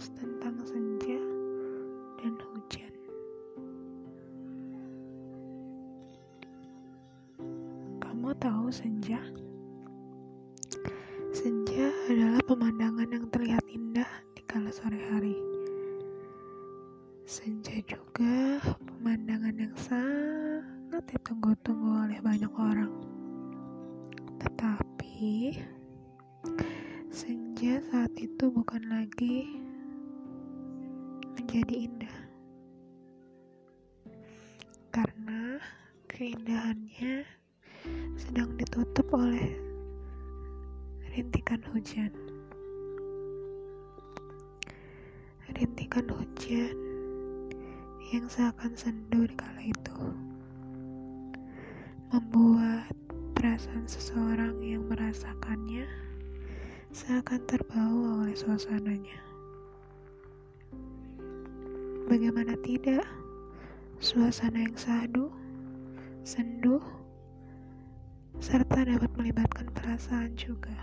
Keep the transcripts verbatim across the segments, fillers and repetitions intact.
membahas tentang senja dan hujan. Kamu tahu senja? Senja adalah pemandangan yang terlihat indah di kala sore hari. Senja juga pemandangan yang sangat ditunggu-tunggu oleh banyak orang. Tetapi senja saat itu bukan lagi menjadi indah, karena keindahannya sedang ditutup oleh rintikan hujan. Rintikan hujan yang seakan sendu di kala itu, membuat perasaan seseorang yang merasakannya seakan terbawa oleh suasananya. Bagaimana tidak, suasana yang sahdu, sendu, serta dapat melibatkan perasaan juga.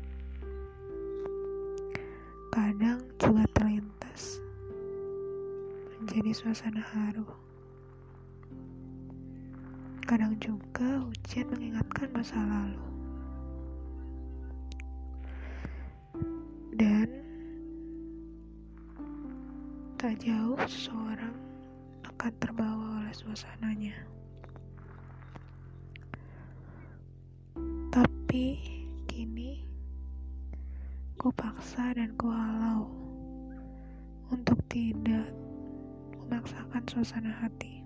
Kadang juga terlintas menjadi suasana haru. Kadang juga hujan mengingatkan masa lalu. Dan tak jauh seseorang akan terbawa oleh suasananya. Tapi kini ku paksa dan ku halau untuk tidak memaksakan suasana hati.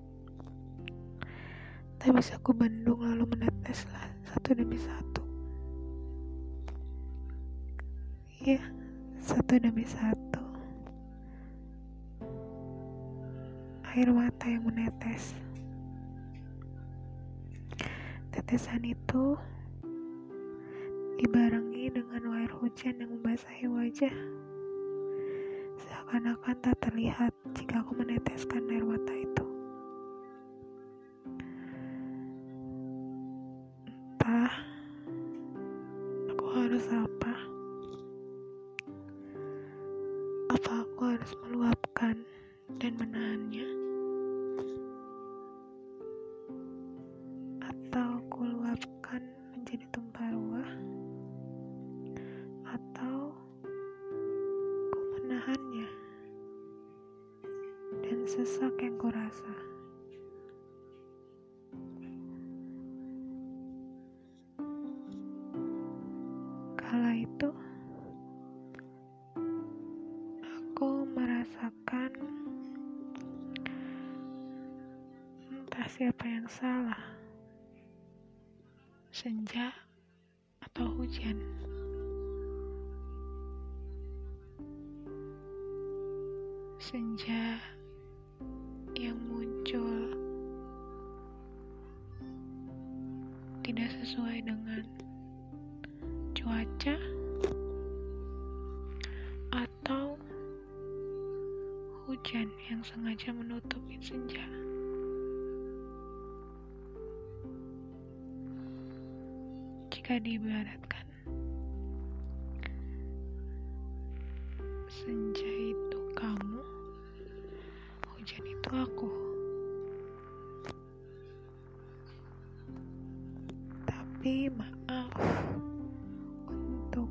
Tak bisa ku bendung lalu meneteslah satu demi satu. Ya, satu demi satu. Air mata yang menetes. Tetesan itu dibarengi dengan air hujan yang membasahi wajah. Seakan-akan tak terlihat jika aku meneteskan air mata itu. Entah aku harus apa? Apa aku harus meluapkan dan menahannya? Atau aku luapkan menjadi tumpah ruah? Atau aku menahannya dan sesak yang kurasa? Kala itu aku merasakan entah siapa yang salah, senja atau hujan. Senja yang muncul tidak sesuai dengan cuaca, atau hujan yang sengaja menutupi senja. Jika diibaratkan, senja itu kamu, hujan itu aku. Tapi maaf untuk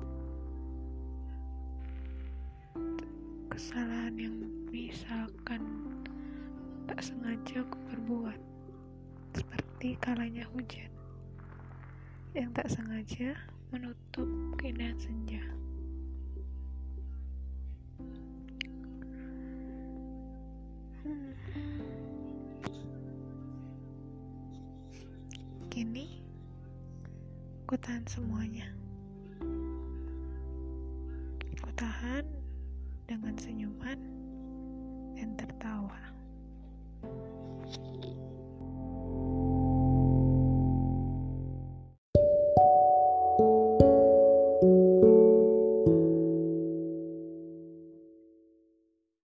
kesalahan yang misalkan tak sengaja aku perbuat, seperti kalanya hujan yang tak sengaja menutup keindahan senja. Hmm. Kini ku tahan semuanya. Ku tahan dengan senyuman dan tertawa.